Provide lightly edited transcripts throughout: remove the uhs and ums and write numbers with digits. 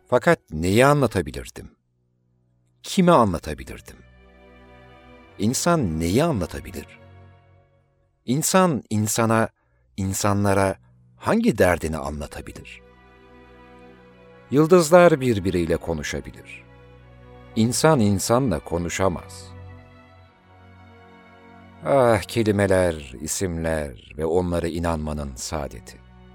Fakat neyi anlatabilirdim? Kime anlatabilirdim? İnsan neyi anlatabilir? İnsan insana, insanlara hangi derdini anlatabilir? Yıldızlar birbiriyle konuşabilir. İnsan insanla konuşamaz. Ah, kelimeler, isimler ve onlara inanmanın saadeti.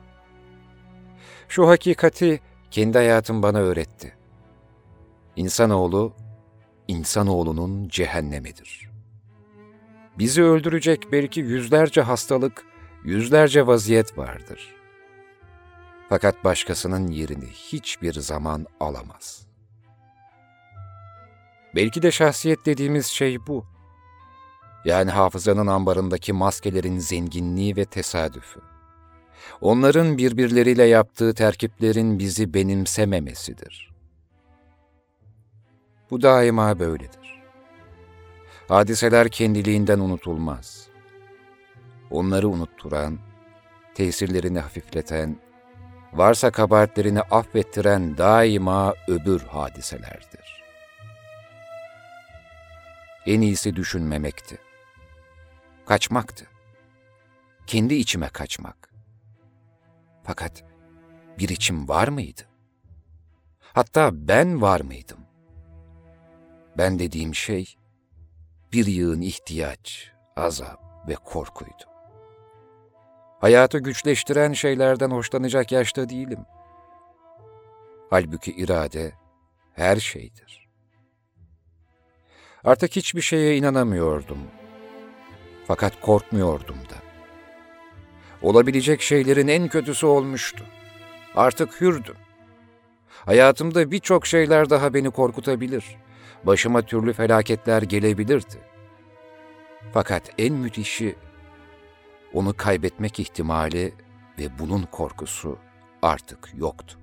Şu hakikati kendi hayatım bana öğretti. İnsanoğlu, insanoğlunun cehennemidir. Bizi öldürecek belki yüzlerce hastalık, yüzlerce vaziyet vardır. Fakat başkasının yerini hiçbir zaman alamaz. Belki de şahsiyet dediğimiz şey bu. Yani hafızanın ambarındaki maskelerin zenginliği ve tesadüfü. Onların birbirleriyle yaptığı terkiplerin bizi benimsememesidir. Bu daima böyledir. Hadiseler kendiliğinden unutulmaz. Onları unutturan, tesirlerini hafifleten, varsa kabahatlerini affettiren daima öbür hadiselerdir. En iyisi düşünmemekti. Kaçmaktı. Kendi içime kaçmak. Fakat bir içim var mıydı? Hatta ben var mıydım? Ben dediğim şey bir yığın ihtiyaç, azap ve korkuydu. Hayatı güçleştiren şeylerden hoşlanacak yaşta değilim. Halbuki irade her şeydir. Artık hiçbir şeye inanamıyordum. Fakat korkmuyordum da. Olabilecek şeylerin en kötüsü olmuştu. Artık hürdüm. Hayatımda birçok şeyler daha beni korkutabilir. Başıma türlü felaketler gelebilirdi. Fakat en müthişi, onu kaybetmek ihtimali ve bunun korkusu artık yoktu.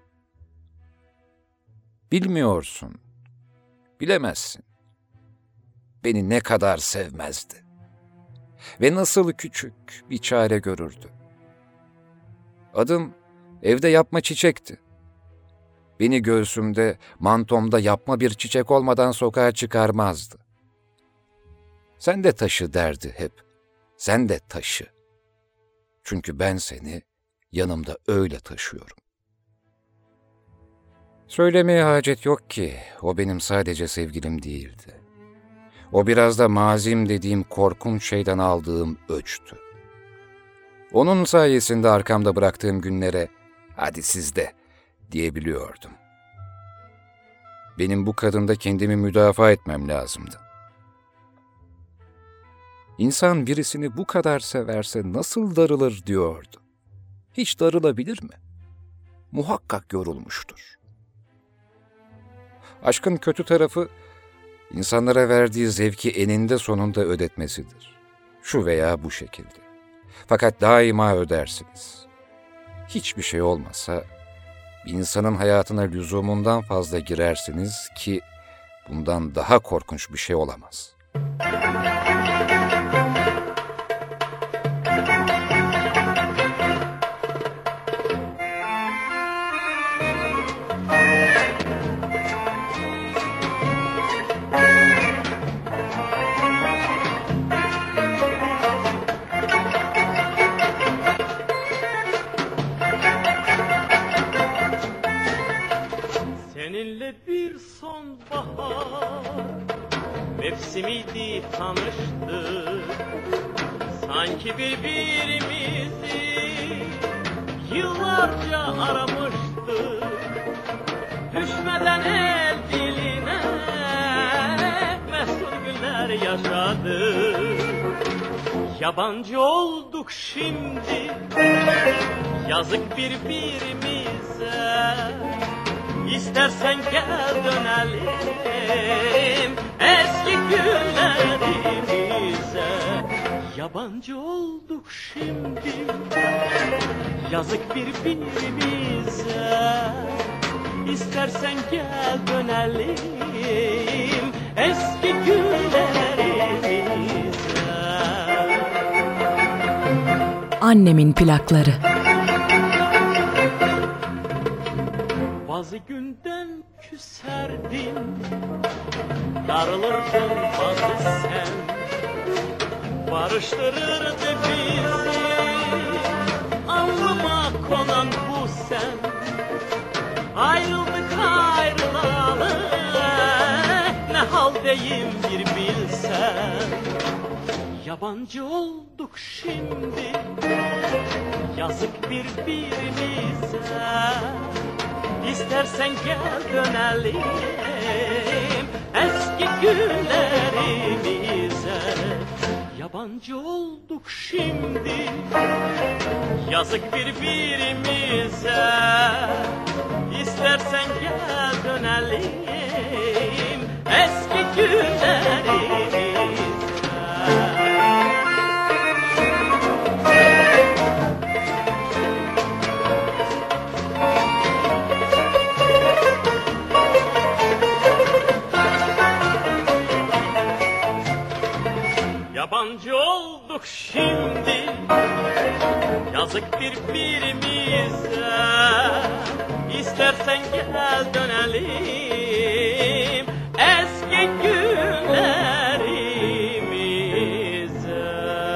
Bilmiyorsun, bilemezsin. Beni ne kadar sevmezdi. Ve nasıl küçük bir çare görürdü. Adım evde yapma çiçekti. Beni göğsümde, mantomda yapma bir çiçek olmadan sokağa çıkarmazdı. Sen de taşı derdi hep. Sen de taşı. Çünkü ben seni yanımda öyle taşıyorum. Söylemeye hacet yok ki o benim sadece sevgilim değildi. O biraz da mazim dediğim korkunç şeyden aldığım öçtü. Onun sayesinde arkamda bıraktığım günlere "hadi siz de" diyebiliyordum. Benim bu kadında kendimi müdafaa etmem lazımdı. İnsan birisini bu kadar severse nasıl darılır diyordu. Hiç darılabilir mi? Muhakkak yorulmuştur. Aşkın kötü tarafı, insanlara verdiği zevki eninde sonunda ödetmesidir. Şu veya bu şekilde. Fakat daima ödersiniz. Hiçbir şey olmasa, bir insanın hayatına lüzumundan fazla girersiniz ki bundan daha korkunç bir şey olamaz. Seninle bir sonbahar mevsimiydi tanıştık. Sanki birbirimizi yıllarca aramıştık. Düşmeden el diline mesut günler yaşadık. Yabancı olduk şimdi, yazık birbirimize. İstersen gel dönelim eski günlerimize. Yabancı olduk şimdi, yazık birbirimize. İstersen gel dönelim eski günlerimize. Annemin plakları. Bazı gün senden küserdim. Darılırdın bazı sen, barıştırırdı bizi. Alnıma konan bu sen, ayrıldık ayrılalı. Ne haldeyim bir bilsen. Yabancı olduk şimdi, yazık birbirimize. İstersen gel dönelim eski günlerimize. Yabancı olduk şimdi, yazık birbirimize. İstersen gel dönelim eski günlerimize. Yabancı olduk şimdi, yazık birbirimize. İstersen gel dönelim eski günlerimize.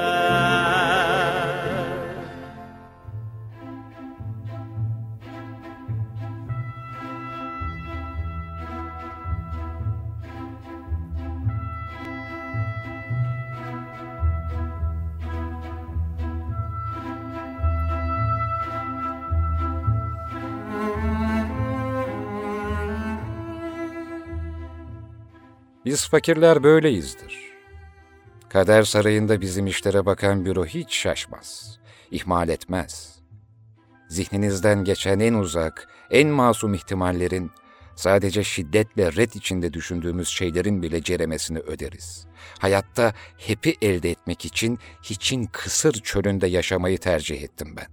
Biz fakirler böyleyizdir. Kader sarayında bizim işlere bakan büro hiç şaşmaz, ihmal etmez. Zihninizden geçen en uzak, en masum ihtimallerin, sadece şiddetle ret içinde düşündüğümüz şeylerin bile ceremesini öderiz. Hayatta hep'i elde etmek için hiçin kısır çölünde yaşamayı tercih ettim ben.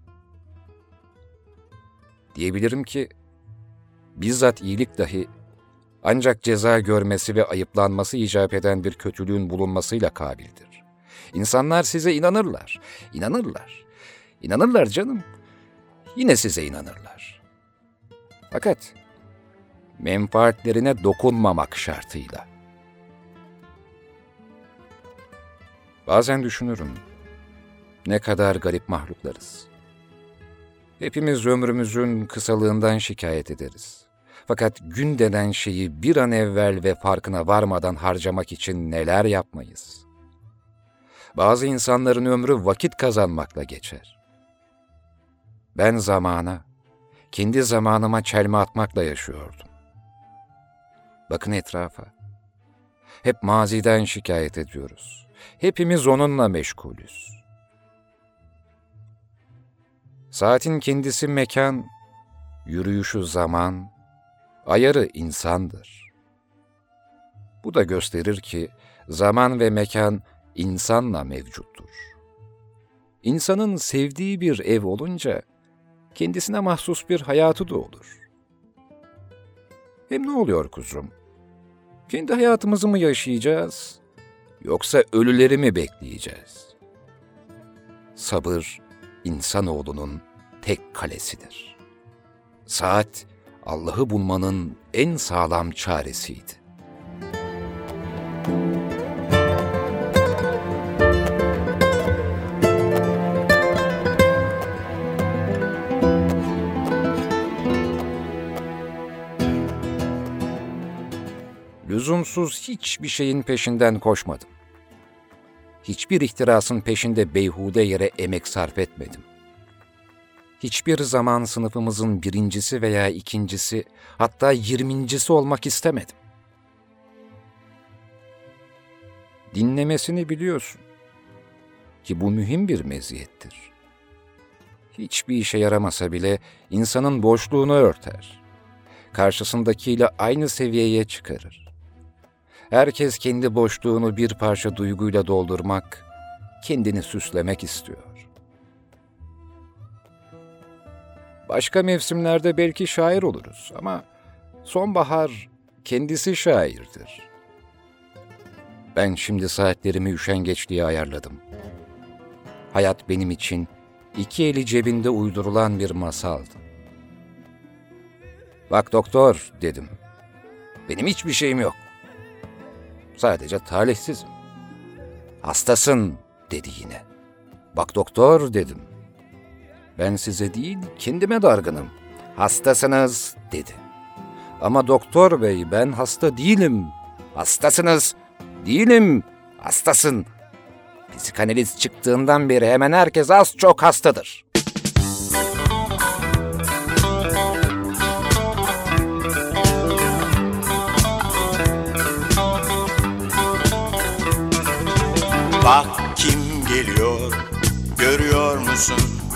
Diyebilirim ki, bizzat iyilik dahi ancak ceza görmesi ve ayıplanması icap eden bir kötülüğün bulunmasıyla kabildir. İnsanlar size inanırlar, inanırlar. İnanırlar canım, yine size inanırlar. Fakat menfaatlerine dokunmamak şartıyla. Bazen düşünürüm, ne kadar garip mahluklarız. Hepimiz ömrümüzün kısalığından şikayet ederiz. Fakat gün denen şeyi bir an evvel ve farkına varmadan harcamak için neler yapmayız? Bazı insanların ömrü vakit kazanmakla geçer. Ben zamana, kendi zamanıma çelme atmakla yaşıyordum. Bakın etrafa. Hep maziden şikayet ediyoruz. Hepimiz onunla meşgulüz. Saatin kendisi mekan, yürüyüşü zaman, ayarı insandır. Bu da gösterir ki zaman ve mekan insanla mevcuttur. İnsanın sevdiği bir ev olunca kendisine mahsus bir hayatı da olur. Hem ne oluyor kuzum? Kendi hayatımızı mı yaşayacağız, yoksa ölüleri mi bekleyeceğiz? Sabır, insanoğlunun tek kalesidir. Saat, Allah'ı bulmanın en sağlam çaresiydi. Lüzumsuz hiçbir şeyin peşinden koşmadım. Hiçbir ihtirasın peşinde beyhude yere emek sarf etmedim. Hiçbir zaman sınıfımızın birincisi veya ikincisi, hatta 20'incisi olmak istemedim. Dinlemesini biliyorsun ki bu mühim bir meziyettir. Hiçbir işe yaramasa bile insanın boşluğunu örter. Karşısındakiyle aynı seviyeye çıkarır. Herkes kendi boşluğunu bir parça duyguyla doldurmak, kendini süslemek istiyor. Başka mevsimlerde belki şair oluruz ama sonbahar kendisi şairdir. Ben şimdi saatlerimi üşengeçliğe ayarladım. Hayat benim için iki eli cebinde uydurulan bir masaldı. Bak doktor dedim. Benim hiçbir şeyim yok. Sadece talihsizim. Hastasın dedi yine. Bak doktor dedim. Ben size değil kendime dargınım. Hastasınız dedi. Ama doktor bey ben hasta değilim. Hastasınız. Değilim. Hastasın. Psikanaliz çıktığından beri hemen herkes az çok hastadır. Bak kim geliyor, görüyor musun?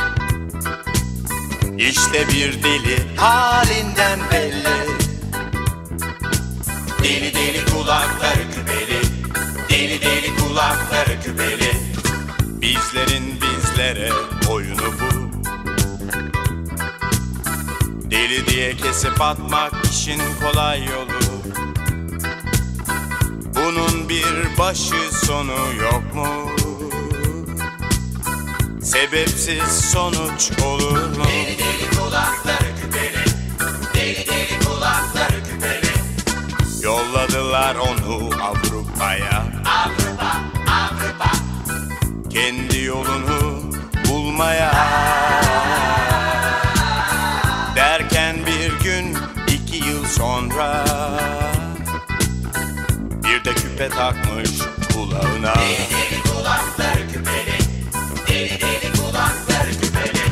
İşte bir deli halinden belli. Deli deli kulakları küpeli, deli deli kulakları küpeli. Bizlerin bizlere oyunu bu. Deli diye kesip atmak işin kolay yolu. Bunun bir başı sonu yok mu? Sebepsiz sonuç olur mu? Deli deli kulakları küpeli, deli deli kulakları küpeli. Yolladılar onu Avrupa'ya. Avrupa, Avrupa. Kendi yolunu bulmaya. Derken bir gün 2 yıl sonra bir de küpe takmış kulağına. Deli deli kulakları küpeli, deli deli kulakları küpeli.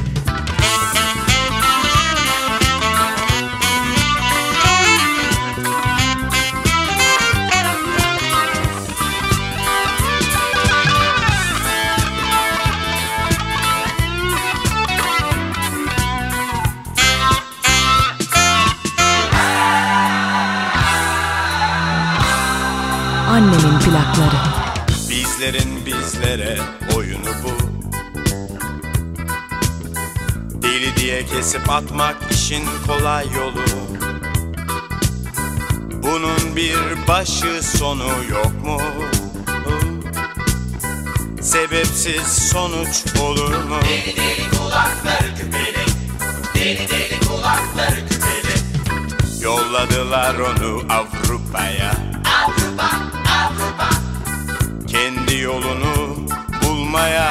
Annemin plakları. Bizlerin bizlere oyunu bu. Deli diye kesip atmak işin kolay yolu. Bunun bir başı sonu yok mu? Sebepsiz sonuç olur mu? Deli deli kulakları küpeli, deli deli kulakları küpeli. Yolladılar onu Avrupa'ya. Avrupa, Avrupa. Kendi yolunu bulmaya.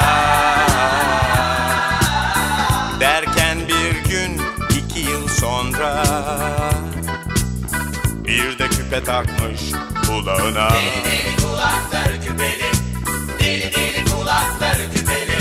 Derken bir gün 2 yıl sonra bir de küpe takmış kulağına. Deli deli kulakları küpeli, deli deli kulakları küpeli.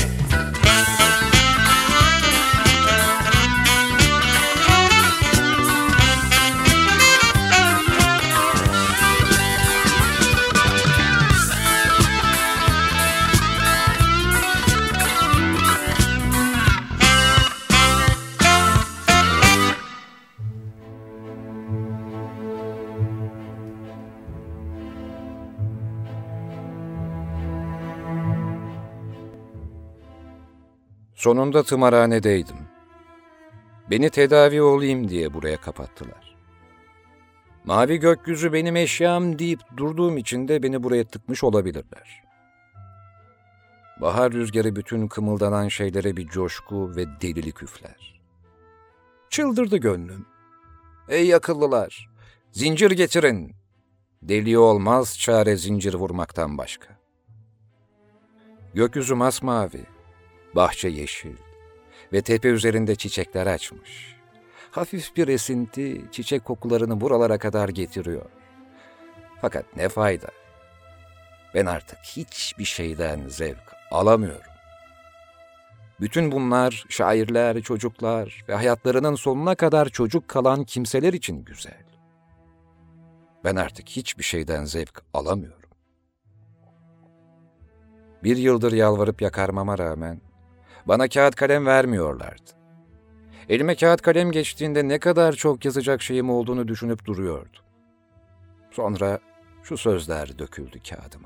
Sonunda tımarhanedeydim. Beni tedavi olayım diye buraya kapattılar. Mavi gökyüzü benim eşyam deyip durduğum için de beni buraya tıkmış olabilirler. Bahar rüzgarı bütün kımıldanan şeylere bir coşku ve delilik üfler. Çıldırdı gönlüm. Ey akıllılar, zincir getirin. Deli olmaz çare zincir vurmaktan başka. Gökyüzü masmavi. Bahçe yeşil ve tepe üzerinde çiçekler açmış. Hafif bir esinti çiçek kokularını buralara kadar getiriyor. Fakat ne fayda? Ben artık hiçbir şeyden zevk alamıyorum. Bütün bunlar şairler, çocuklar ve hayatlarının sonuna kadar çocuk kalan kimseler için güzel. Ben artık hiçbir şeyden zevk alamıyorum. 1 yıldır yalvarıp yakarmama rağmen bana kağıt kalem vermiyorlardı. Elime kağıt kalem geçtiğinde ne kadar çok yazacak şeyim olduğunu düşünüp duruyordum. Sonra şu sözler döküldü kağıdıma.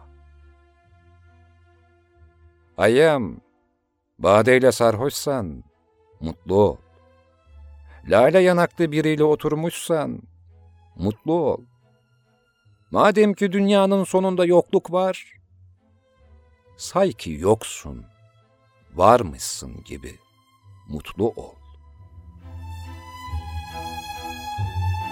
Ayyam, badeyle sarhoşsan, mutlu ol. Lale yanaklı biriyle oturmuşsan, mutlu ol. Madem ki dünyanın sonunda yokluk var, say ki yoksun, varmışsın gibi mutlu ol.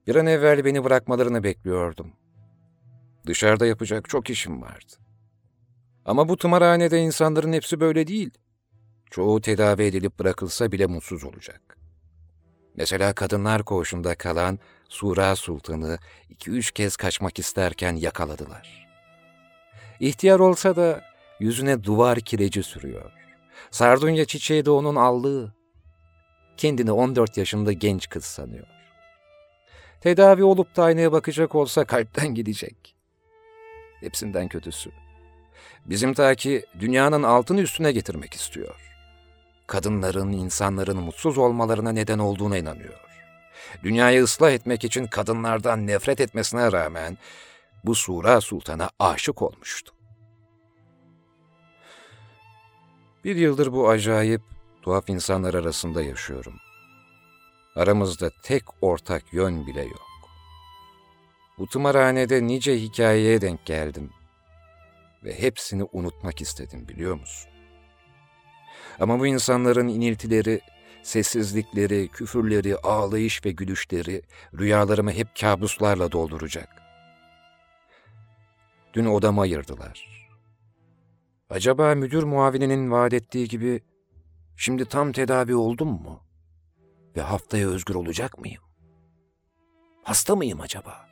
Bir an evvel beni bırakmalarını bekliyordum. Dışarıda yapacak çok işim vardı. Ama bu tımarhanede insanların hepsi böyle değil. Çoğu tedavi edilip bırakılsa bile mutsuz olacak. Mesela kadınlar koğuşunda kalan Sura Sultan'ı 2-3 kez kaçmak isterken yakaladılar. İhtiyar olsa da yüzüne duvar kireci sürüyor. Sardunya çiçeği de onun allığı. Kendini 14 yaşında genç kız sanıyor. Tedavi olup da aynaya bakacak olsa kalpten gidecek. Hepsinden kötüsü. Bizim Taki dünyanın altını üstüne getirmek istiyor. Kadınların, insanların mutsuz olmalarına neden olduğuna inanıyor. Dünyayı ıslah etmek için kadınlardan nefret etmesine rağmen bu Sura Sultan'a aşık olmuştu. Bir yıldır bu acayip, tuhaf insanlar arasında yaşıyorum. Aramızda tek ortak yön bile yok. Bu tımarhanede nice hikayeye denk geldim ve hepsini unutmak istedim, biliyor musun? Ama bu insanların iniltileri, sessizlikleri, küfürleri, ağlayış ve gülüşleri rüyalarımı hep kabuslarla dolduracak. Dün odamı ayırdılar. Acaba müdür muavininin vaat ettiği gibi şimdi tam tedavi oldum mu? Ve haftaya özgür olacak mıyım? Hasta mıyım acaba?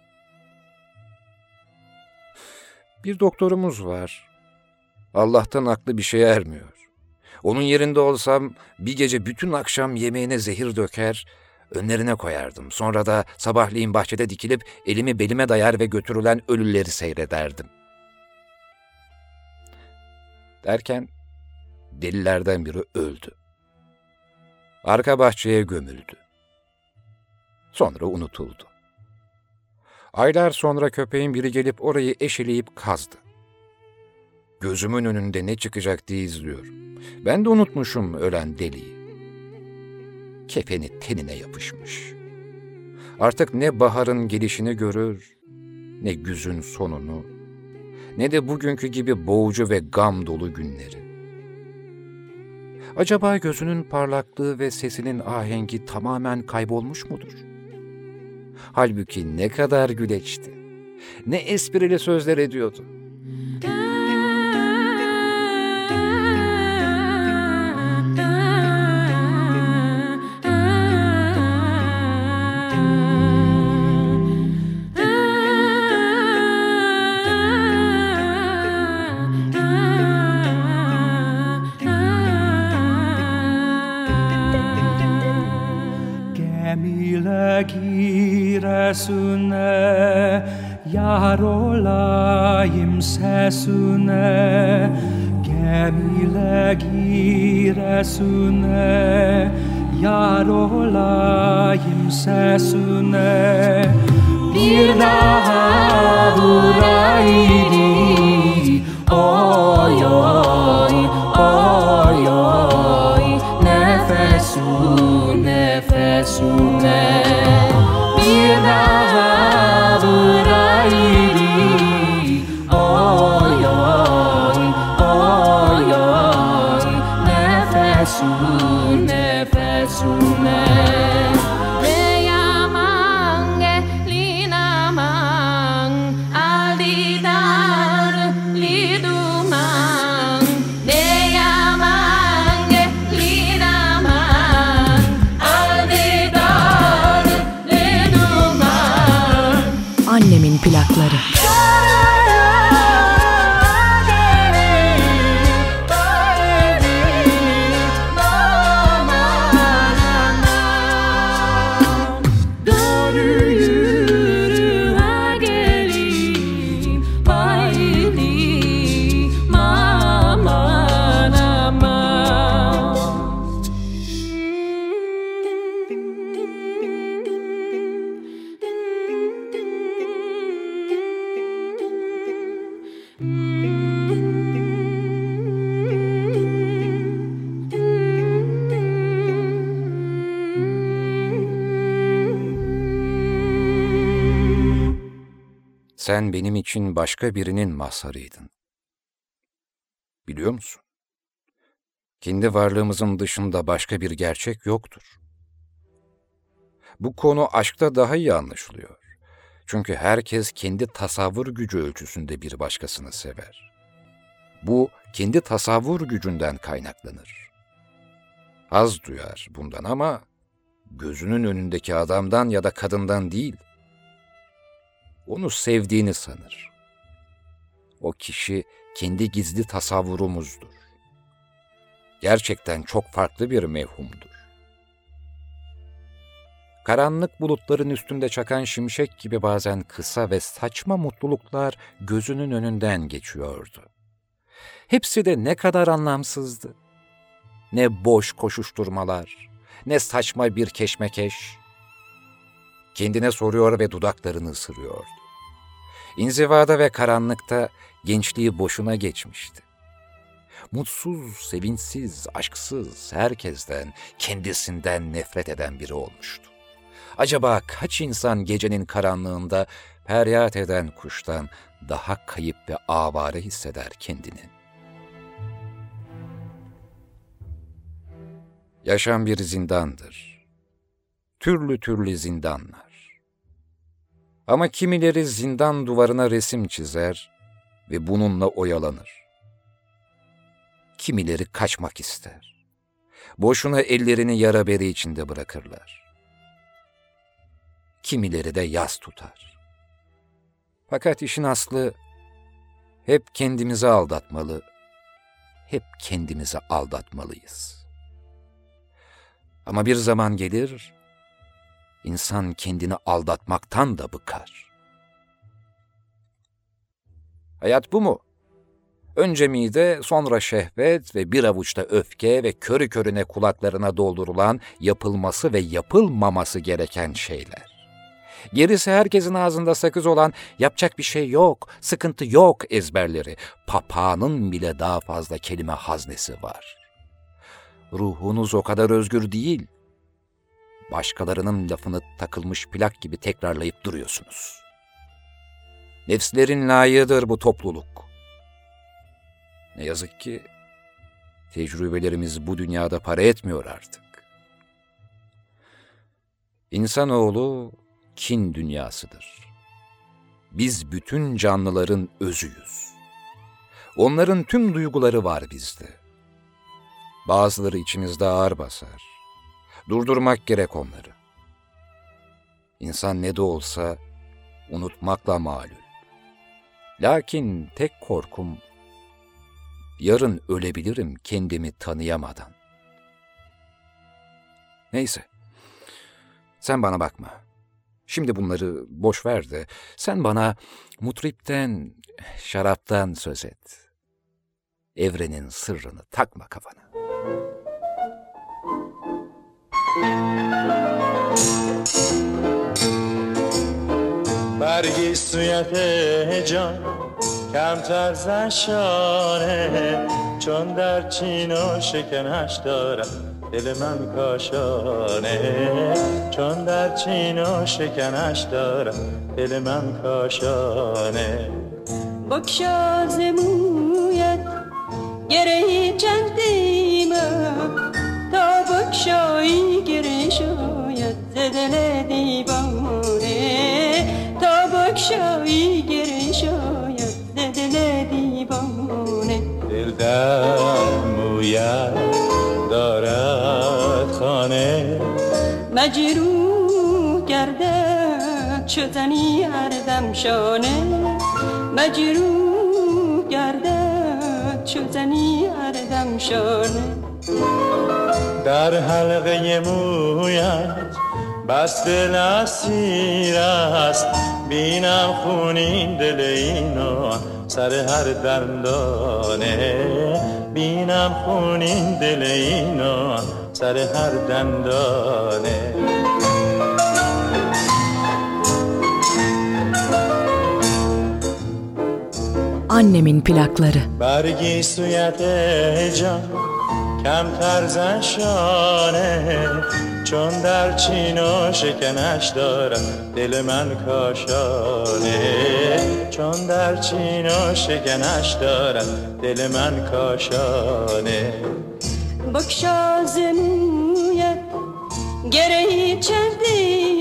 Bir doktorumuz var. Allah'tan aklı bir şeye ermiyor. Onun yerinde olsam bir gece bütün akşam yemeğine zehir döker, önlerine koyardım. Sonra da sabahleyin bahçede dikilip elimi belime dayar ve götürülen ölüleri seyrederdim. Derken delilerden biri öldü. Arka bahçeye gömüldü. Sonra unutuldu. Aylar sonra köpeğin biri gelip orayı eşeleyip kazdı. Gözümün önünde ne çıkacak diye izliyorum. Ben de unutmuşum ölen deliyi. Kefeni tenine yapışmış. Artık ne baharın gelişini görür, ne güzün sonunu, ne de bugünkü gibi boğucu ve gam dolu günleri. Acaba gözünün parlaklığı ve sesinin ahengi tamamen kaybolmuş mudur? Halbuki ne kadar güleçti, ne esprili sözler ediyordu. Giresune yar olayım sesune, gemile giresune yar olayım sesune, bir daha vurayım oy oy oy oy nefesun nefesune. Bir daha vurayım oy oy oy oy nefesun nefesune. Annemin plakları. Sen benim için başka birinin mazharıydın. Biliyor musun? Kendi varlığımızın dışında başka bir gerçek yoktur. Bu konu aşkta daha iyi anlaşılıyor. Çünkü herkes kendi tasavvur gücü ölçüsünde bir başkasını sever. Bu kendi tasavvur gücünden kaynaklanır. Haz duyar bundan ama gözünün önündeki adamdan ya da kadından değil. Onu sevdiğini sanır. O kişi kendi gizli tasavvurumuzdur. Gerçekten çok farklı bir mevhumdur. Karanlık bulutların üstünde çakan şimşek gibi bazen kısa ve saçma mutluluklar gözünün önünden geçiyordu. Hepsi de ne kadar anlamsızdı. Ne boş koşuşturmalar, ne saçma bir keşmekeş. Kendine soruyor ve dudaklarını ısırıyordu. İnzivada ve karanlıkta gençliği boşuna geçmişti. Mutsuz, sevinçsiz, aşksız, herkesten, kendisinden nefret eden biri olmuştu. Acaba kaç insan gecenin karanlığında feryat eden kuştan daha kayıp ve avare hisseder kendini? Yaşam bir zindandır. Türlü türlü zindanlar. Ama kimileri zindan duvarına resim çizer ve bununla oyalanır. Kimileri kaçmak ister. Boşuna ellerini yara bere içinde bırakırlar. Kimileri de yas tutar. Fakat işin aslı hep kendimizi aldatmalı, hep kendimizi aldatmalıyız. Ama bir zaman gelir, insan kendini aldatmaktan da bıkar. Hayat bu mu? Önce mide, sonra şehvet ve bir avuçta öfke ve körü körüne kulaklarına doldurulan yapılması ve yapılmaması gereken şeyler. Gerisi herkesin ağzında sakız olan yapacak bir şey yok, sıkıntı yok ezberleri. Papağanın bile daha fazla kelime haznesi var. Ruhunuz o kadar özgür değil. Başkalarının lafını takılmış plak gibi tekrarlayıp duruyorsunuz. Nefslerin layığıdır bu topluluk. Ne yazık ki tecrübelerimiz bu dünyada para etmiyor artık. İnsanoğlu kin dünyasıdır. Biz bütün canlıların özüyüz. Onların tüm duyguları var bizde. Bazıları içimizde ağır basar. Durdurmak gerek onları. İnsan ne de olsa unutmakla malul. Lakin tek korkum, yarın ölebilirim kendimi tanıyamadan. Neyse, sen bana bakma. Şimdi bunları boş ver de sen bana mutripten, şaraptan söz et. Evrenin sırrını takma kafana. برگی سویت جان کمتر زشانه چون در چین و شکنش دارم دل من کاشانه چون در چین و شکنش دارم دل من کاشانه بگشاز مویت گرهی چندیمه تا بگشایی گره شاید ز دل دیوانه تا بگشایی گره شاید ز دل دیوانه دل در مویت دارد خانه مجروح گردد چو زنی هر دم شانه مجروح گردد چو زنی هر دم شانه در حلقه مویت بس دل اسیر است بینم خونین دل اینو سر هر دندانه بینم خونین دل اینو سر هر دندانه Annemin plakları. برگی سویت جان کمتر زشانه چون در چین و شکنش دارم دل من کاشانه چون در چین و شکنش دارم دل من کاشانه بگشاز مویت گرهی چندی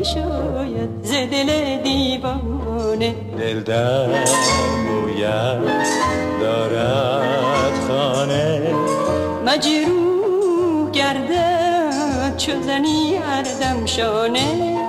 شاید ز دل دیوانه دل در گوید دارد خانه مجروح گردد چو زنی هر دم شانه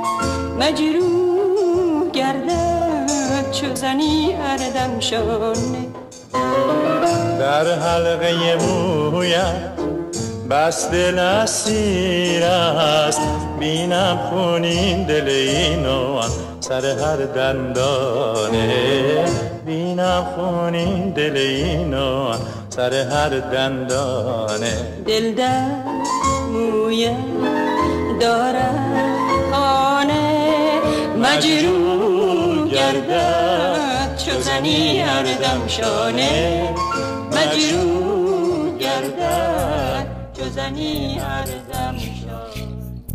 مجروح گردد چو زنی هر دم شانه در حلقه مویت بس دل اسیر است بینم خونین دل اینو سر هر دندانه بینم خونین دل اینو سر هر دندانه دل در مویت دارد خانه مجروح گردد چو زنی هر دم شانه مجروح گردد چو زنی هر دم شانه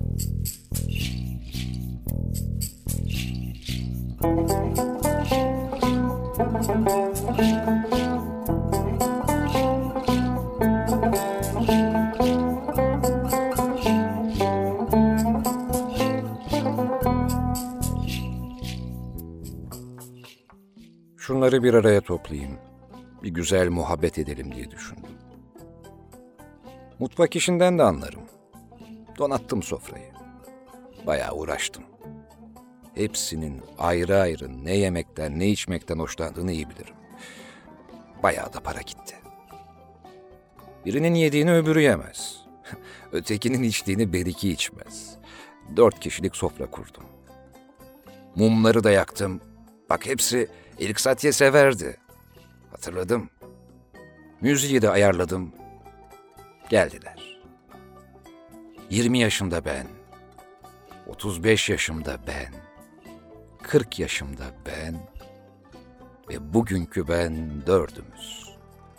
Şunları bir araya toplayayım, bir güzel muhabbet edelim diye düşündüm. Mutfak işinden de anlarım. Donattım sofrayı. Bayağı uğraştım. Hepsinin ayrı ayrı ne yemekten ne içmekten hoşlandığını iyi bilirim. Bayağı da para gitti. Birinin yediğini öbürü yemez. Ötekinin içtiğini beriki içmez. 4 kişilik sofra kurdum. Mumları da yaktım. Bak hepsi Elik Satye severdi. Hatırladım. Müziği de ayarladım. Geldiler. 20 yaşında ben. 35 yaşımda ben. 40 yaşımda ben. Ve bugünkü ben dördümüz.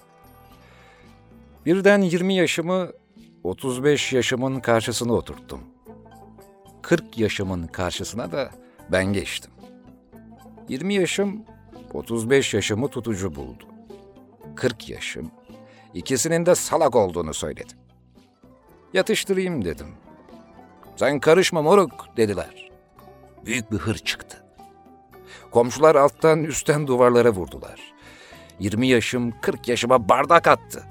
Birden 20 yaşımı 35 yaşımın karşısına oturttum. 40 yaşımın karşısına da ben geçtim. 20 yaşım 35 yaşımı tutucu buldu. 40 yaşım ikisinin de salak olduğunu söyledi. Yatıştırayım dedim. Sen karışma moruk dediler. Büyük bir hır çıktı. Komşular alttan üstten duvarlara vurdular. 20 yaşım 40 yaşıma bardak attı.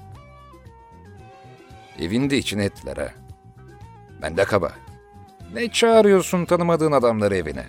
Evinde içine ettiler ha. Ben de kaba. Ne çağırıyorsun tanımadığın adamları evine?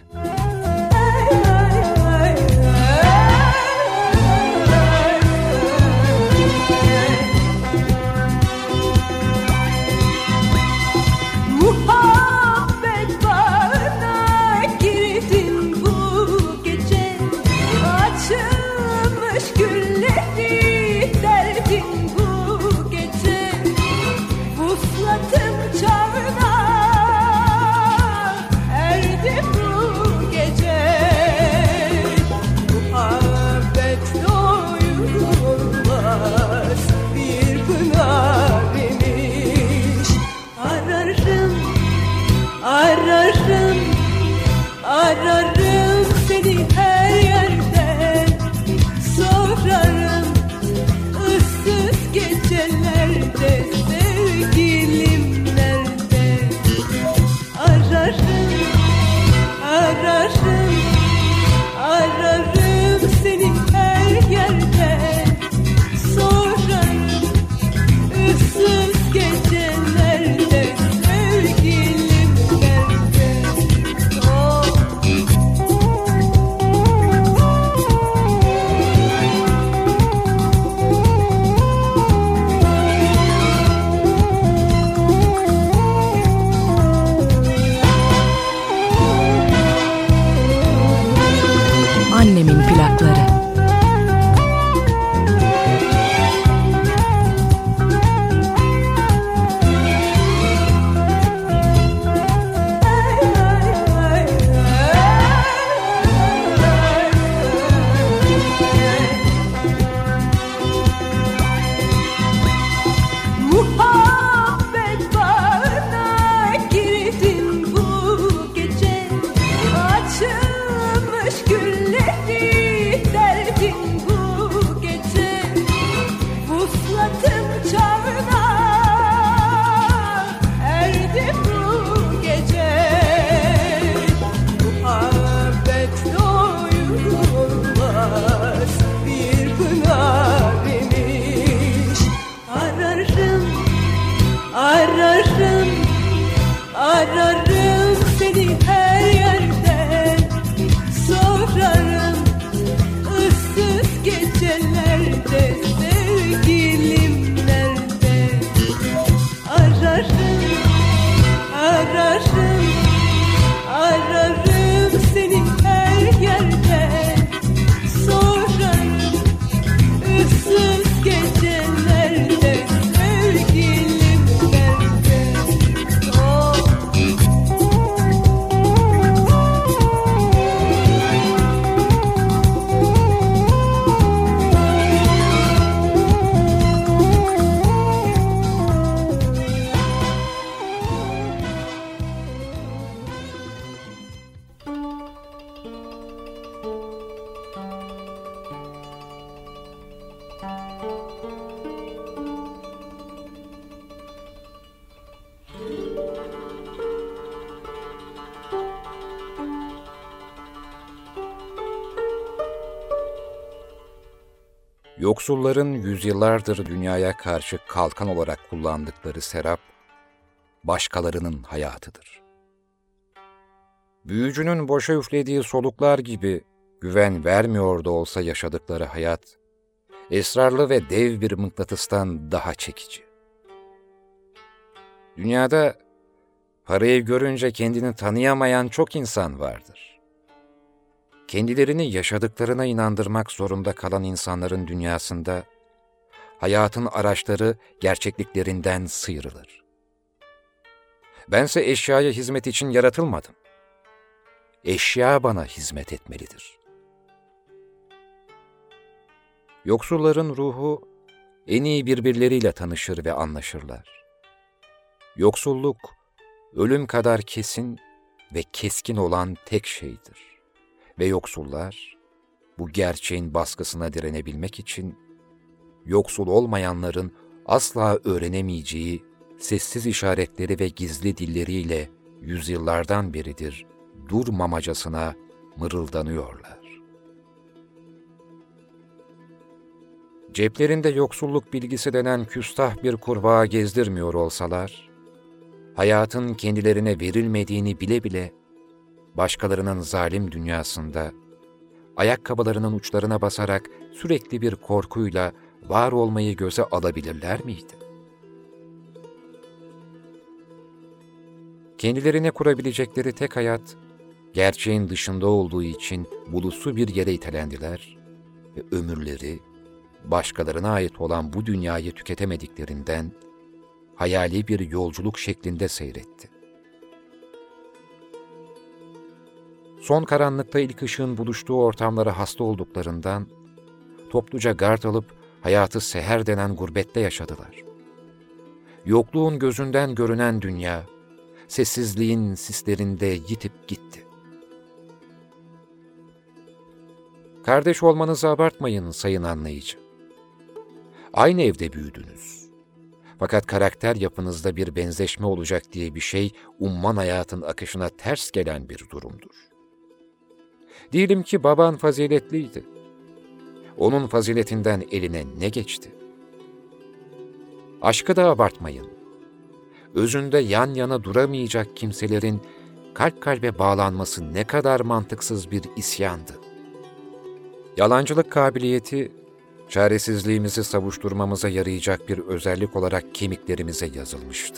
Ararım seni her yerde, sorarım ıssız gecelerde, sevgilim nerede? Ararım, ararım, ararım seni her yerde, sorarım ıssız gecelerde, sevgilim nerede? Oh. Annemin plakları. Muhabbet bağına girdin bu gece, açılmış gülleri Yoksulların yüzyıllardır dünyaya karşı kalkan olarak kullandıkları serap, başkalarının hayatıdır. Büyücünün boşa üflediği soluklar gibi güven vermiyor da olsa yaşadıkları hayat, esrarlı ve dev bir mıknatıstan daha çekici. Dünyada parayı görünce kendini tanıyamayan çok insan vardır. Kendilerini yaşadıklarına inandırmak zorunda kalan insanların dünyasında, hayatın araçları gerçekliklerinden sıyrılır. Bense eşyaya hizmet için yaratılmadım. Eşya bana hizmet etmelidir. Yoksulların ruhu en iyi birbirleriyle tanışır ve anlaşırlar. Yoksulluk, ölüm kadar kesin ve keskin olan tek şeydir. Ve yoksullar, bu gerçeğin baskısına direnebilmek için, yoksul olmayanların asla öğrenemeyeceği sessiz işaretleri ve gizli dilleriyle yüzyıllardan beridir durmamacasına mırıldanıyorlar. Ceplerinde yoksulluk bilgisi denen küstah bir kurbağa gezdirmiyor olsalar, hayatın kendilerine verilmediğini bile bile, başkalarının zalim dünyasında, ayakkabılarının uçlarına basarak sürekli bir korkuyla var olmayı göze alabilirler miydi? Kendilerine kurabilecekleri tek hayat, gerçeğin dışında olduğu için bulusu bir yere itelendiler ve ömürleri, başkalarına ait olan bu dünyayı tüketemediklerinden, hayali bir yolculuk şeklinde seyretti. Son karanlıkta ilk ışığın buluştuğu ortamlara hasta olduklarından, topluca gard alıp hayatı seher denen gurbette yaşadılar. Yokluğun gözünden görünen dünya, sessizliğin sislerinde yitip gitti. Kardeş olmanızı abartmayın sayın anlayıcı. Aynı evde büyüdünüz. Fakat karakter yapınızda bir benzeşme olacak diye bir şey, umman hayatın akışına ters gelen bir durumdur. Diyelim ki baban faziletliydi. Onun faziletinden eline ne geçti? Aşkı da abartmayın. Özünde yan yana duramayacak kimselerin kalp kalbe bağlanması ne kadar mantıksız bir isyandı. Yalancılık kabiliyeti, çaresizliğimizi savuşturmamıza yarayacak bir özellik olarak kemiklerimize yazılmıştı.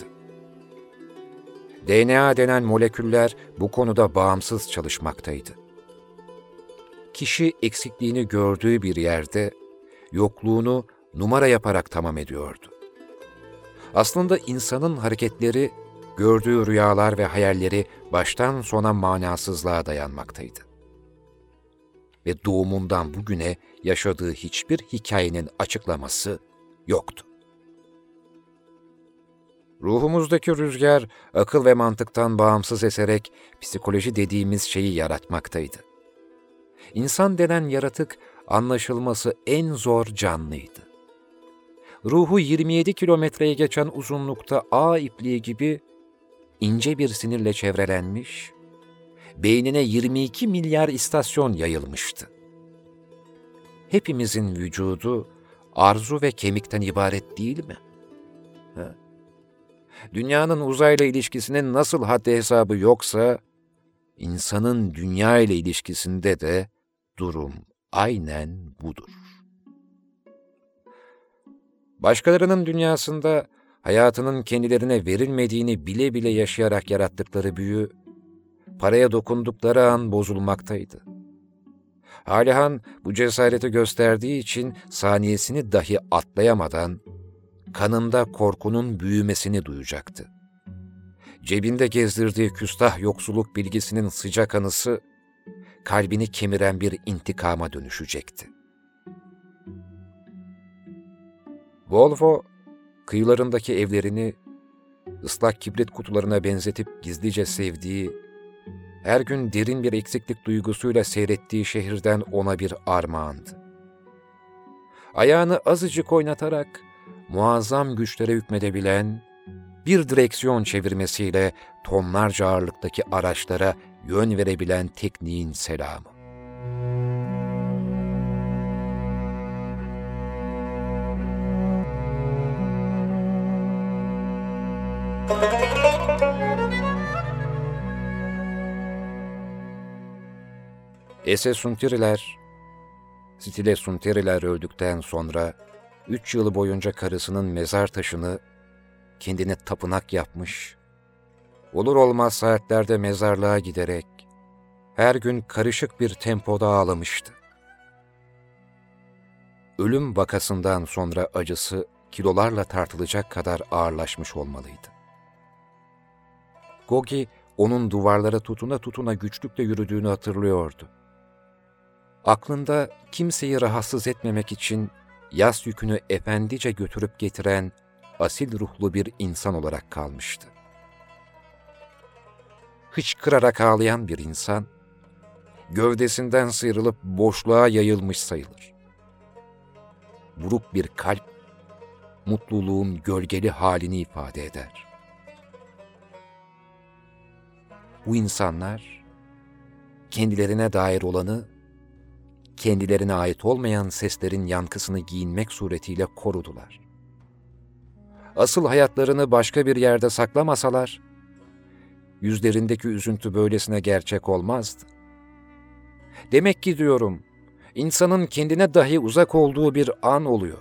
DNA denen moleküller bu konuda bağımsız çalışmaktaydı. Kişi eksikliğini gördüğü bir yerde yokluğunu numara yaparak tamam ediyordu. Aslında insanın hareketleri, gördüğü rüyalar ve hayalleri baştan sona manasızlığa dayanmaktaydı. Ve doğumundan bugüne yaşadığı hiçbir hikayenin açıklaması yoktu. Ruhumuzdaki rüzgar, akıl ve mantıktan bağımsız eserek psikoloji dediğimiz şeyi yaratmaktaydı. İnsan denen yaratık, anlaşılması en zor canlıydı. Ruhu 27 kilometreye geçen uzunlukta ağ ipliği gibi ince bir sinirle çevrelenmiş, beynine 22 milyar istasyon yayılmıştı. Hepimizin vücudu arzu ve kemikten ibaret değil mi? Dünyanın uzayla ilişkisinin nasıl haddi hesabı yoksa, insanın dünya ile ilişkisinde de durum aynen budur. Başkalarının dünyasında hayatının kendilerine verilmediğini bile bile yaşayarak yarattıkları büyü, paraya dokundukları an bozulmaktaydı. Halihan bu cesareti gösterdiği için saniyesini dahi atlayamadan, kanında korkunun büyümesini duyacaktı. Cebinde gezdirdiği küstah yoksulluk bilgisinin sıcak anısı, kalbini kemiren bir intikama dönüşecekti. Volvo, kıyılarındaki evlerini ıslak kibrit kutularına benzetip gizlice sevdiği, her gün derin bir eksiklik duygusuyla seyrettiği şehirden ona bir armağandı. Ayağını azıcık oynatarak muazzam güçlere hükmedebilen, bir direksiyon çevirmesiyle tonlarca ağırlıktaki araçlara yön verebilen tekniğin selamı. Stile Suntiriler öldükten sonra 3 yıl boyunca karısının mezar taşını kendine tapınak yapmış, olur olmaz saatlerde mezarlığa giderek her gün karışık bir tempoda ağlamıştı. Ölüm vakasından sonra acısı kilolarla tartılacak kadar ağırlaşmış olmalıydı. Gogi, onun duvarlara tutuna tutuna güçlükle yürüdüğünü hatırlıyordu. Aklında kimseyi rahatsız etmemek için yas yükünü efendice götürüp getiren asil ruhlu bir insan olarak kalmıştı. Hıçkırarak ağlayan bir insan, gövdesinden sıyrılıp boşluğa yayılmış sayılır. Buruk bir kalp, mutluluğun gölgeli halini ifade eder. Bu insanlar, kendilerine dair olanı, kendilerine ait olmayan seslerin yankısını giyinmek suretiyle korudular. Asıl hayatlarını başka bir yerde saklamasalar, yüzlerindeki üzüntü böylesine gerçek olmazdı. Demek ki diyorum, insanın kendine dahi uzak olduğu bir an oluyor.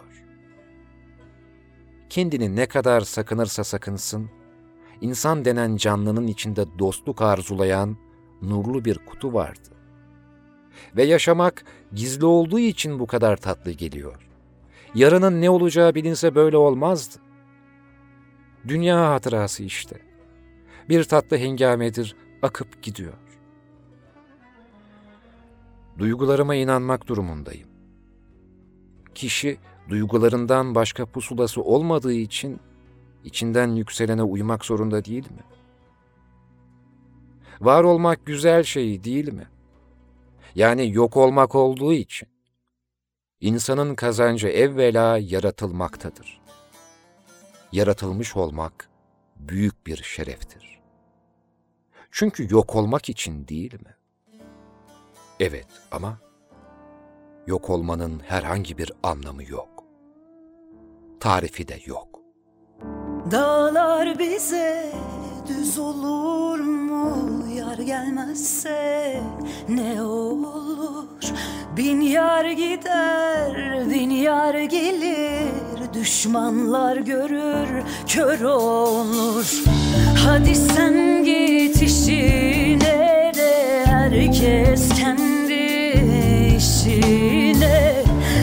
Kendini ne kadar sakınırsa sakınsın, insan denen canlının içinde dostluk arzulayan nurlu bir kutu vardı. Ve yaşamak gizli olduğu için bu kadar tatlı geliyor. Yarının ne olacağı bilinse böyle olmazdı. Dünya hatırası işte. Bir tatlı hengamedir, akıp gidiyor. Duygularıma inanmak durumundayım. Kişi duygularından başka pusulası olmadığı için içinden yükselene uymak zorunda değil mi? Var olmak güzel şey değil mi? Yani yok olmak olduğu için. İnsanın kazancı evvela yaratılmaktadır. Yaratılmış olmak büyük bir şereftir. Çünkü yok olmak için değil mi? Evet ama yok olmanın herhangi bir anlamı yok. Tarifi de yok. Dağlar bize düz olur mu? Yar gelmezse ne olur? Bin yar gider, bin yar gelir. Düşmanlar görür, kör olur. Hadi sen git işine de, herkes kendi işine.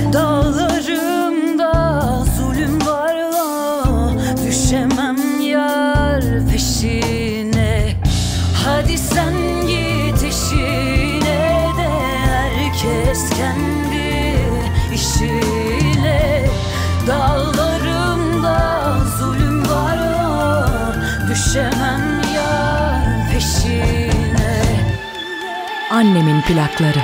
Dağlarımda zulüm var, düşemem yar peşine. Hadi sen git işine de, herkes kendi işine. Dağlarımda zulüm var, düşemem yar peşine. Annemin plakları.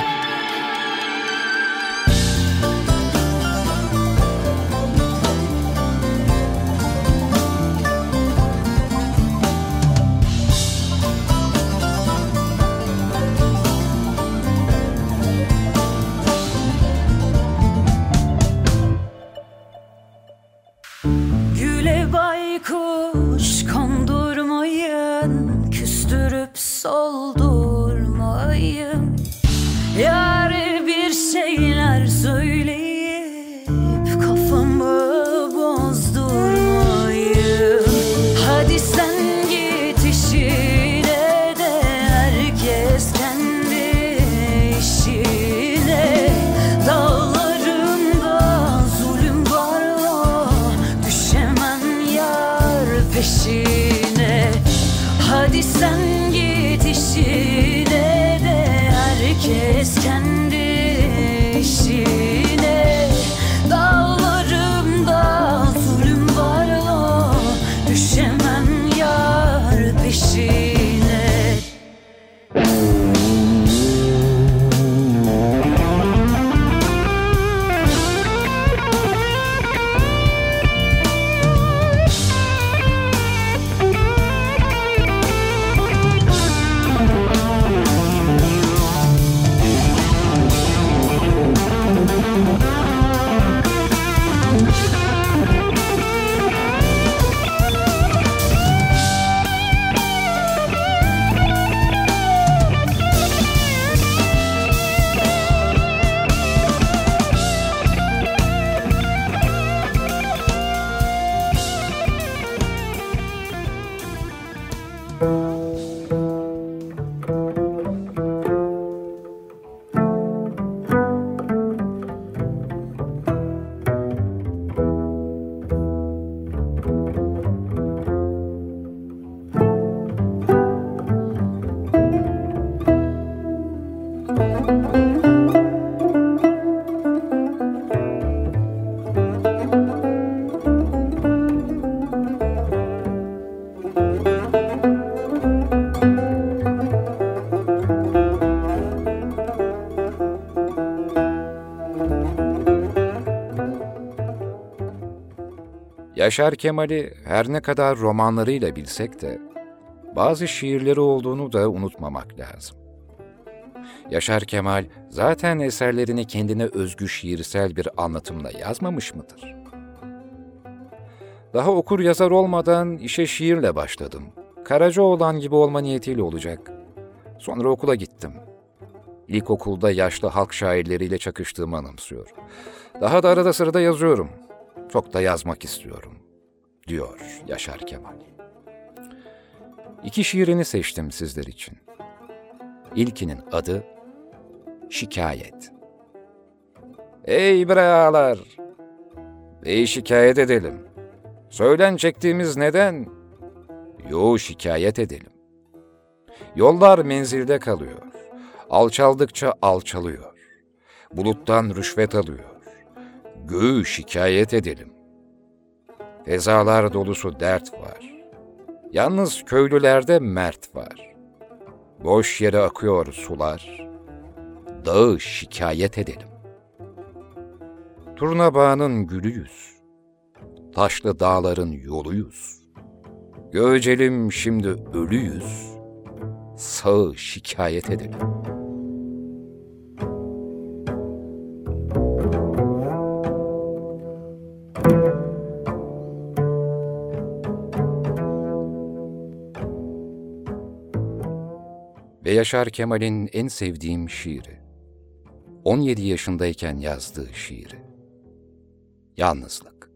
Güle baykuş kondurmayın, küstürüp soldurmayın. Yar bir şeyler söyleyip kafamı bozdurmayın. Hadi sen git işine de, herkes kendi işine. Dağlarımda zulüm var, düşemem yar peşine. Hadi sen git işine de, herkes kendi işine. Dağlarımda zulüm var, düşemem yar peşine. Yaşar Kemal'i her ne kadar romanlarıyla bilsek de, bazı şiirleri olduğunu da unutmamak lazım. Yaşar Kemal zaten eserlerini kendine özgü şiirsel bir anlatımla yazmamış mıdır? Daha okur yazar olmadan işe şiirle başladım. Karacaoğlan gibi olma niyetiyle olacak. Sonra okula gittim. İlkokulda yaşlı halk şairleriyle çakıştığımı anımsıyor. Daha da arada sırada yazıyorum. Çok da yazmak istiyorum, diyor Yaşar Kemal. 2 şiirini seçtim sizler için. İlkinin adı Şikayet. Ey bre ağalar! Bey şikayet edelim. Söylen çektiğimiz neden? Yo şikayet edelim. Yollar menzilde kalıyor. Alçaldıkça alçalıyor. Buluttan rüşvet alıyor. Göğü şikayet edelim. Fezalar dolusu dert var. Yalnız köylülerde mert var. Boş yere akıyor sular. Dağı şikayet edelim. Turnabağının gülüyüz. Taşlı dağların yoluyuz. Göğecelim şimdi ölüyüz. Sağı şikayet edelim. Ve Yaşar Kemal'in en sevdiğim şiiri, 17 yaşındayken yazdığı şiiri. Yalnızlık.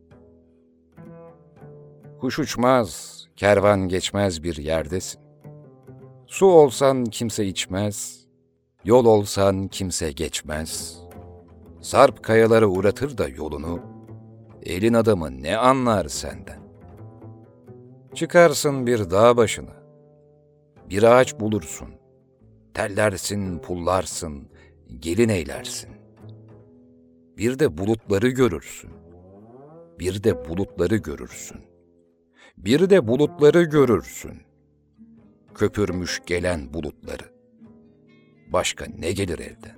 Kuş uçmaz, kervan geçmez bir yerdesin. Su olsan kimse içmez, yol olsan kimse geçmez. Sarp kayalara uğratır da yolunu, elin adamı ne anlar senden? Çıkarsın bir dağ başına, bir ağaç bulursun. Tellersin, pullarsın, gelin eylersin. Bir de bulutları görürsün. Bir de bulutları görürsün. Bir de bulutları görürsün. Köpürmüş gelen bulutları. Başka ne gelir elden?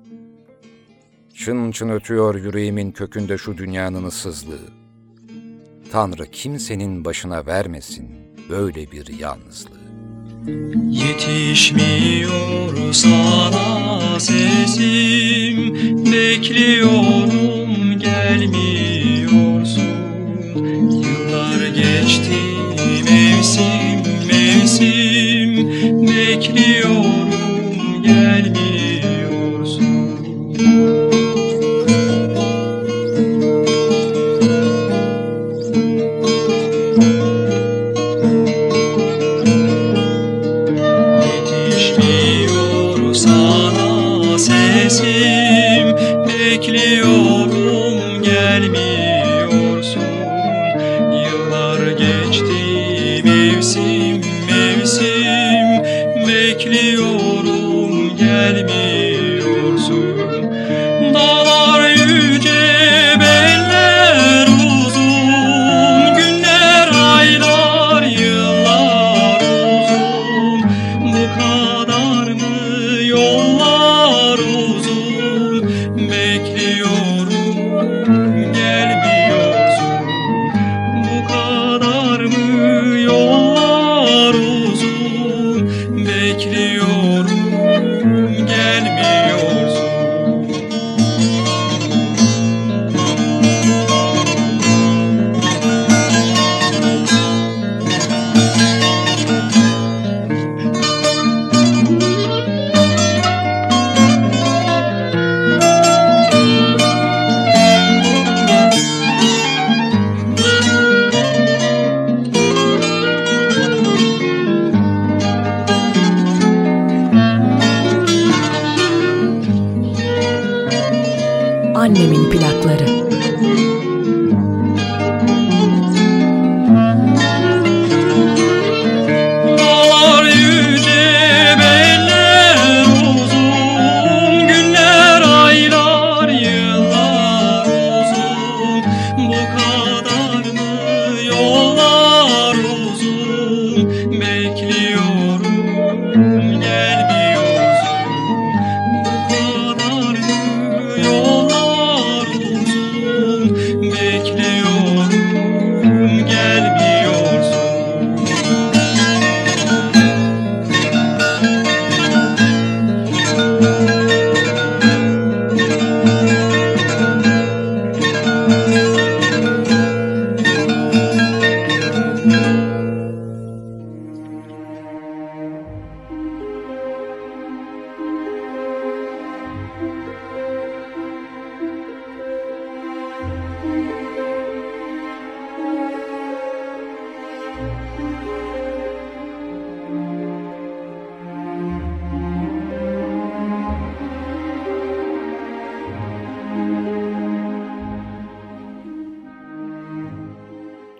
Çın çın ötüyor yüreğimin kökünde şu dünyanın ıssızlığı. Tanrı kimsenin başına vermesin böyle bir yalnızlığı. Yetişmiyor sana sesim, bekliyorum gelmiyorsun. Yıllar geçti mevsim mevsim, bekliyorum gelmiyorsun. Bekliyorum gelmiyorsun. Yıllar geçti mevsim mevsim, bekliyorum gelmiyorsun. Dağlar yüce, beller uzun, günler, aylar, yıllar uzun. Bu kadar mı yollar uzun? Bekliyorum gelmiyorsun. Bu kadar mı yollar uzun? Bekliyorum gelmiyorsun. Annemin plakları. Dağlar yüce, beller uzun, günler, aylar, yıllar uzun. Bu kadar mı yollar uzun? Bekliyorum gelmiyorsun. Bu kadar mı yollar uzun?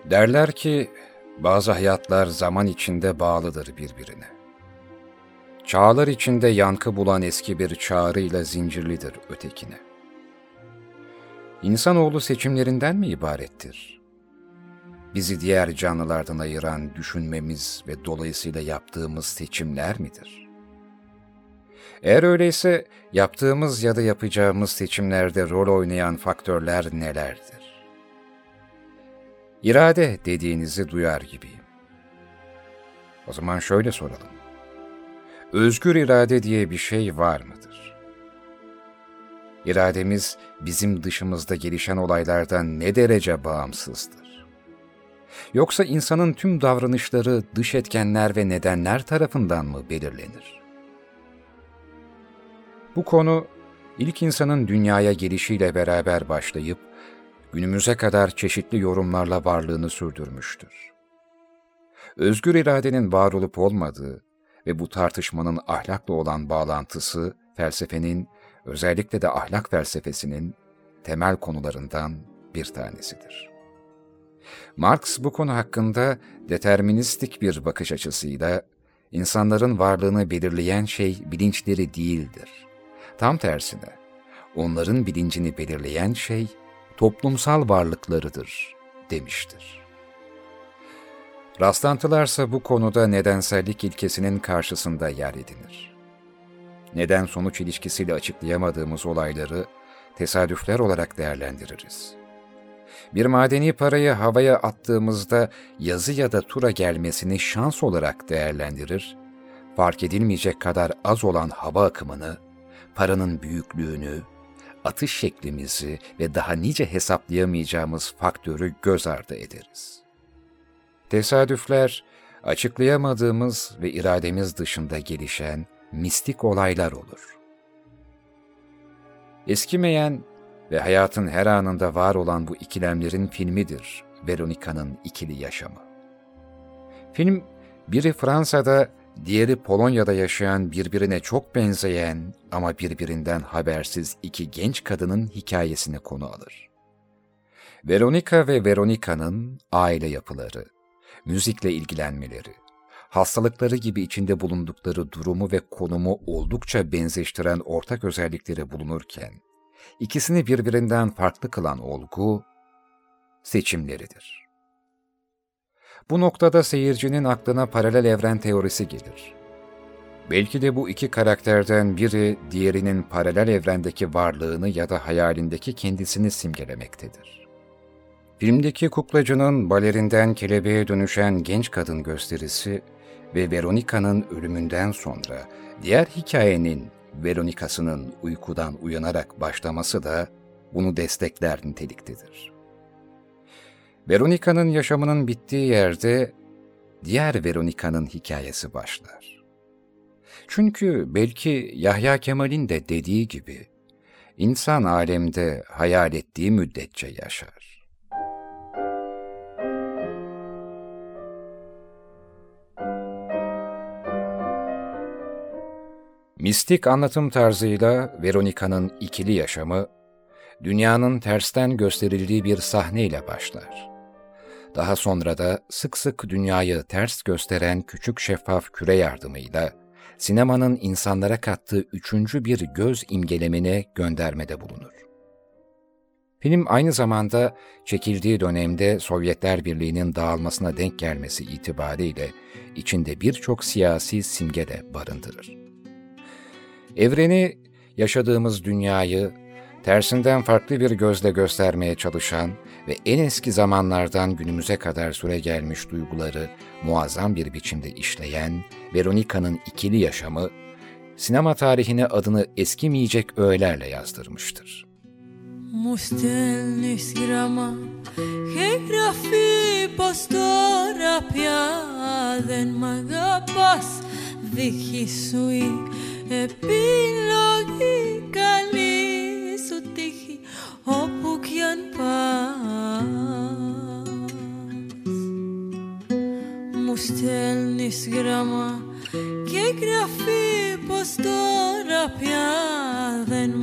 Derler ki bazı hayatlar zaman içinde bağlıdır birbirine. Çağlar içinde yankı bulan eski bir çağrıyla zincirlidir ötekine. İnsanoğlu seçimlerinden mi ibarettir? Bizi diğer canlılardan ayıran düşünmemiz ve dolayısıyla yaptığımız seçimler midir? Eğer öyleyse yaptığımız ya da yapacağımız seçimlerde rol oynayan faktörler nelerdir? İrade dediğinizi duyar gibiyim. O zaman şöyle soralım. Özgür irade diye bir şey var mıdır? İrademiz bizim dışımızda gelişen olaylardan ne derece bağımsızdır? Yoksa insanın tüm davranışları dış etkenler ve nedenler tarafından mı belirlenir? Bu konu ilk insanın dünyaya gelişiyle beraber başlayıp günümüze kadar çeşitli yorumlarla varlığını sürdürmüştür. Özgür iradenin var olup olmadığı ve bu tartışmanın ahlakla olan bağlantısı felsefenin, özellikle de ahlak felsefesinin temel konularından bir tanesidir. Marx bu konu hakkında deterministik bir bakış açısıyla insanların varlığını belirleyen şey bilinçleri değildir. Tam tersine, onların bilincini belirleyen şey toplumsal varlıklarıdır demiştir. Rastlantılarsa bu konuda nedensellik ilkesinin karşısında yer edinir. Neden-sonuç ilişkisiyle açıklayamadığımız olayları tesadüfler olarak değerlendiririz. Bir madeni parayı havaya attığımızda yazı ya da tura gelmesini şans olarak değerlendirir, fark edilmeyecek kadar az olan hava akımını, paranın büyüklüğünü, atış şeklimizi ve daha nice hesaplayamayacağımız faktörü göz ardı ederiz. Tesadüfler, açıklayamadığımız ve irademiz dışında gelişen mistik olaylar olur. Eskimeyen ve hayatın her anında var olan bu ikilemlerin filmidir Veronika'nın ikili yaşamı. Film, biri Fransa'da, diğeri Polonya'da yaşayan birbirine çok benzeyen ama birbirinden habersiz iki genç kadının hikayesini konu alır. Veronika ve Veronika'nın aile yapıları, müzikle ilgilenmeleri, hastalıkları gibi içinde bulundukları durumu ve konumu oldukça benzeştiren ortak özellikleri bulunurken, ikisini birbirinden farklı kılan olgu, seçimleridir. Bu noktada seyircinin aklına paralel evren teorisi gelir. Belki de bu iki karakterden biri diğerinin paralel evrendeki varlığını ya da hayalindeki kendisini simgelemektedir. Filmdeki kuklacının balerinden kelebeğe dönüşen genç kadın gösterisi ve Veronika'nın ölümünden sonra diğer hikayenin Veronika'sının uykudan uyanarak başlaması da bunu destekler niteliktedir. Veronika'nın yaşamının bittiği yerde diğer Veronika'nın hikayesi başlar. Çünkü belki Yahya Kemal'in de dediği gibi, insan alemde hayal ettiği müddetçe yaşar. Mistik anlatım tarzıyla Veronika'nın ikili yaşamı, dünyanın tersten gösterildiği bir sahneyle başlar. Daha sonra da sık sık dünyayı ters gösteren küçük şeffaf küre yardımıyla sinemanın insanlara kattığı üçüncü bir göz imgelemine göndermede bulunur. Film aynı zamanda çekildiği dönemde Sovyetler Birliği'nin dağılmasına denk gelmesi itibariyle içinde birçok siyasi simge de barındırır. Evreni, yaşadığımız dünyayı tersinden farklı bir gözle göstermeye çalışan ve en eski zamanlardan günümüze kadar süregelmiş duyguları muazzam bir biçimde işleyen Veronika'nın ikili yaşamı, sinema tarihine adını eskimeyecek öğelerle yazdırmıştır. Mustelnis grama que grafi pastora piaden magapas dikhisui epilogi kali sutihi opukyan pas Mustelnis grama que grafi pastora piaden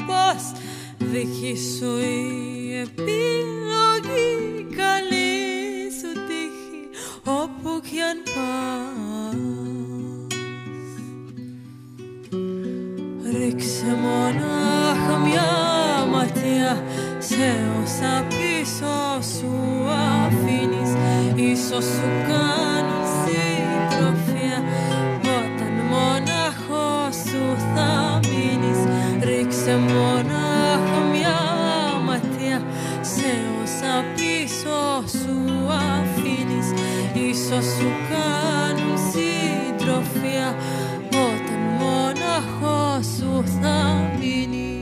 magapas Δική σου η επιλογή καλή Hopukian pas Rixemona Hamia Matia Seos apiso sua finis Isos su canus sitrofia Votan monachos su thaminis Rixemona Hamia Matia Seos apiso sua finis Isos su canus sitrofia Votan monachos su thaminis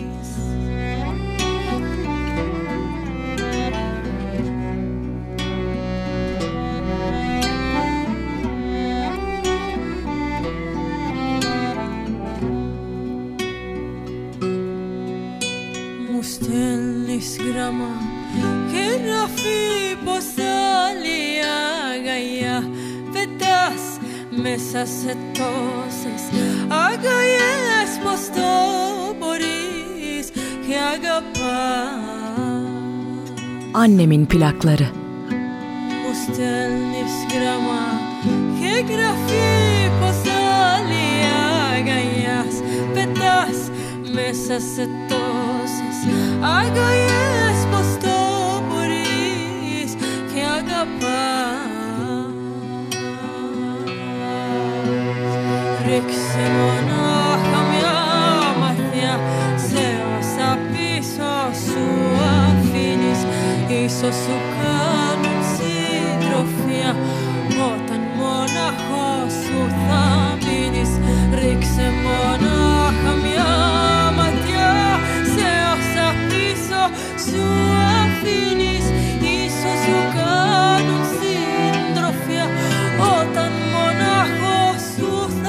Mustelis grama que rafi posalia gaia vetas mesas etoses agaies postoboris que agapa Annemin plakları. Mustelis grama que rafi posalia gaias vetas mesas etoses agaies postoboris que agapa Rixemona Hamia Matia Seos apiso sua finis Isos su canus sitrofia Votan monachos su thaminis Rixemona Hamia Matia Seos apiso sua finis Isos su canus sitrofia Votan monachos su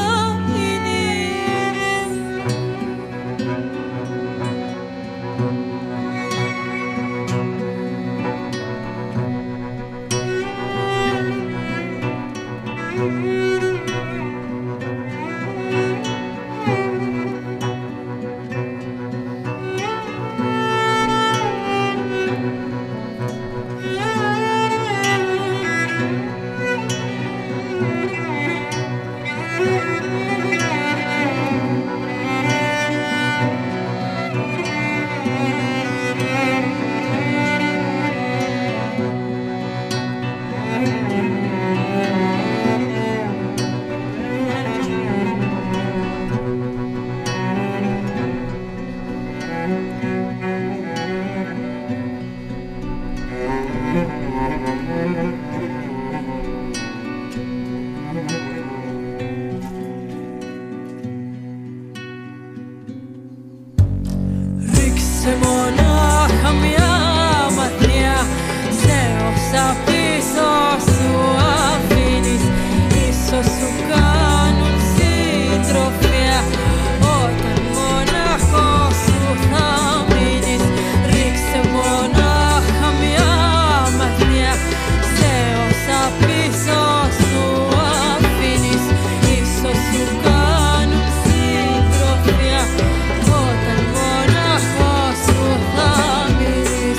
Rixemona Hamia Matia Seos apiso sua finis Isos su canus sitrofia Votan monachos su thaminis Rixemona Hamia Matia Seos apiso sua finis Isos su canus sitrofia Votan monachos su thaminis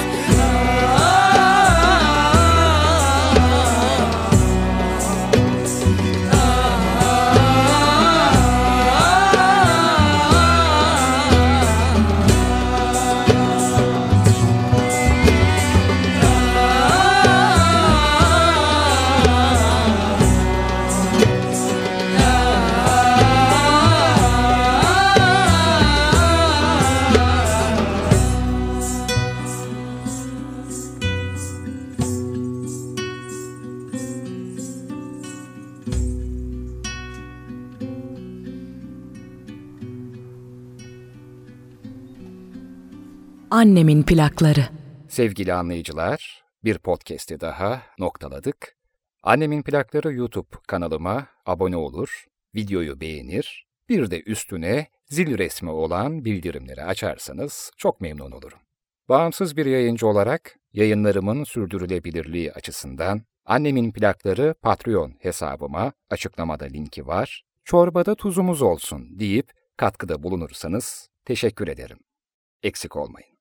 Annemin plakları. Sevgili anlayıcılar, bir podcast'i daha noktaladık. Annemin plakları YouTube kanalıma abone olur, videoyu beğenir, bir de üstüne zil resmi olan bildirimleri açarsanız çok memnun olurum. Bağımsız bir yayıncı olarak yayınlarımın sürdürülebilirliği açısından Annemin plakları Patreon hesabıma, açıklamada linki var, çorbada tuzumuz olsun deyip katkıda bulunursanız teşekkür ederim. Eksik olmayın.